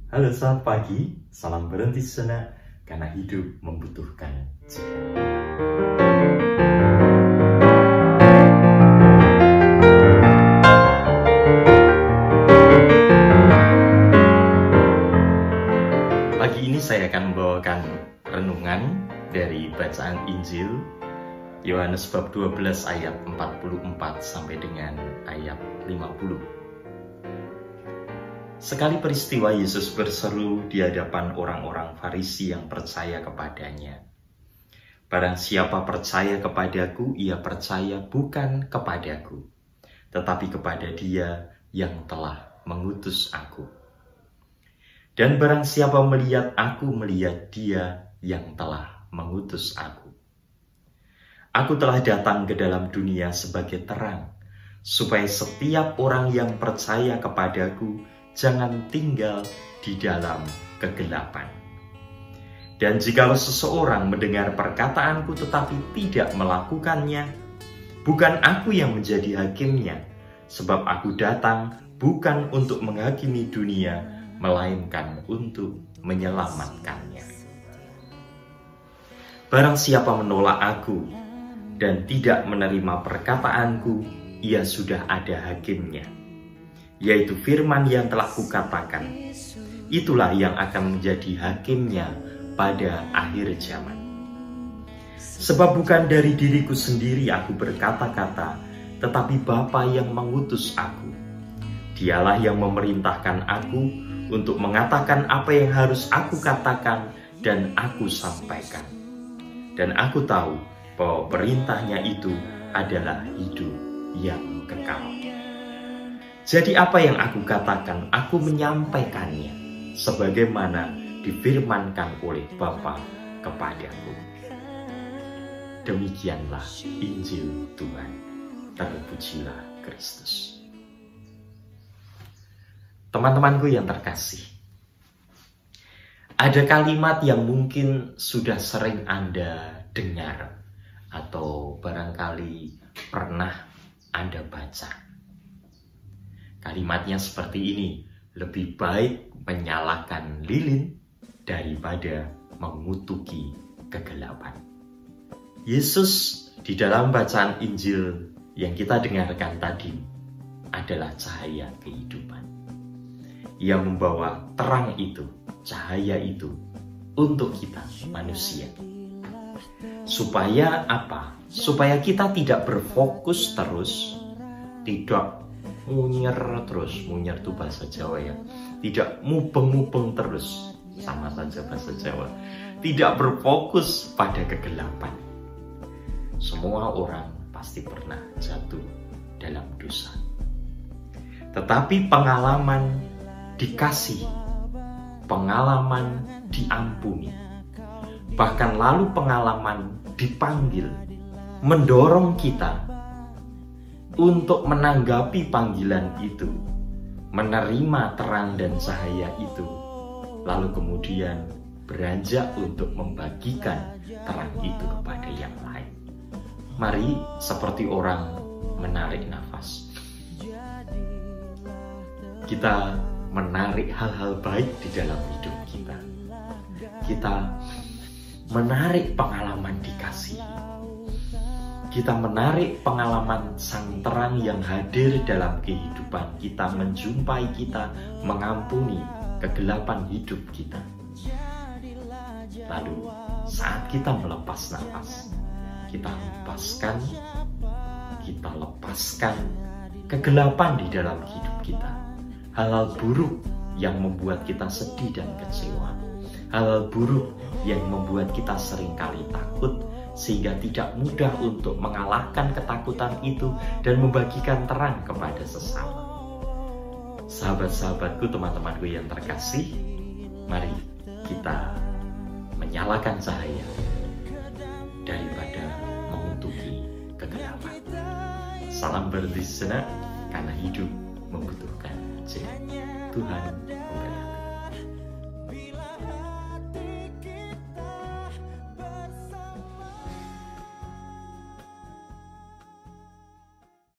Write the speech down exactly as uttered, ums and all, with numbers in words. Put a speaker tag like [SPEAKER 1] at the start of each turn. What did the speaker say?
[SPEAKER 1] Halo, selamat pagi. Salam berhenti sejenak karena hidup membutuhkan jeda. Pagi ini saya akan membawakan renungan dari bacaan Injil Yohanes bab dua belas ayat empat puluh empat sampai dengan ayat lima puluh. Sekali peristiwa Yesus berseru di hadapan orang-orang Farisi yang percaya kepadanya. Barang siapa percaya kepadaku, ia percaya bukan kepadaku, tetapi kepada Dia yang telah mengutus aku. Dan barang siapa melihat aku, melihat Dia yang telah mengutus aku. Aku telah datang ke dalam dunia sebagai terang, supaya setiap orang yang percaya kepadaku jangan tinggal di dalam kegelapan. Dan jikalau seseorang mendengar perkataanku tetapi tidak melakukannya, bukan aku yang menjadi hakimnya, sebab aku datang bukan untuk menghakimi dunia, melainkan untuk menyelamatkannya. Barang siapa menolak aku dan tidak menerima perkataanku, ia sudah ada hakimnya, yaitu firman yang telah kukatakan. Itulah yang akan menjadi hakimnya pada akhir zaman. Sebab bukan dari diriku sendiri aku berkata-kata, tetapi Bapa yang mengutus aku. Dialah yang memerintahkan aku untuk mengatakan apa yang harus aku katakan dan aku sampaikan. Dan aku tahu bahwa perintahnya itu adalah hidup yang kekal. Jadi apa yang aku katakan, aku menyampaikannya sebagaimana difirmankan oleh Bapa kepadaku. Demikianlah Injil Tuhan. Terpujilah Kristus. Teman-temanku yang terkasih, ada kalimat yang mungkin sudah sering Anda dengar atau barangkali pernah Anda baca. Kalimatnya seperti ini, lebih baik menyalakan lilin daripada mengutuki kegelapan. Yesus di dalam bacaan Injil yang kita dengarkan tadi adalah cahaya kehidupan. Ia membawa terang itu, cahaya itu untuk kita manusia. Supaya apa? Supaya kita tidak berfokus terus, tidak munyer terus, munyer itu bahasa Jawa ya, tidak mubeng-mubeng terus, sama saja bahasa Jawa, tidak berfokus pada kegelapan. Semua orang pasti pernah jatuh dalam dosa, tetapi pengalaman dikasih, pengalaman diampuni, bahkan lalu pengalaman dipanggil, mendorong kita untuk menanggapi panggilan itu, menerima terang dan cahaya itu, lalu kemudian beranjak untuk membagikan terang itu kepada yang lain. Mari seperti orang menarik nafas, kita menarik hal-hal baik di dalam hidup kita. Kita menarik pengalaman dikasihi. Kita menarik pengalaman sang terang yang hadir dalam kehidupan kita, menjumpai kita, mengampuni kegelapan hidup kita. Lalu saat kita melepas nafas, kita lepaskan, kita lepaskan kegelapan di dalam hidup kita. Hal-hal buruk yang membuat kita sedih dan kecewa. Hal-hal buruk yang membuat kita seringkali takut, sehingga tidak mudah untuk mengalahkan ketakutan itu dan membagikan terang kepada sesama. Sahabat-sahabatku, teman-temanku yang terkasih, mari kita menyalakan cahaya daripada mengutuki kegelapan. Salam berhenti sejenak karena hidup membutuhkan jeda. Tuhan memberkati.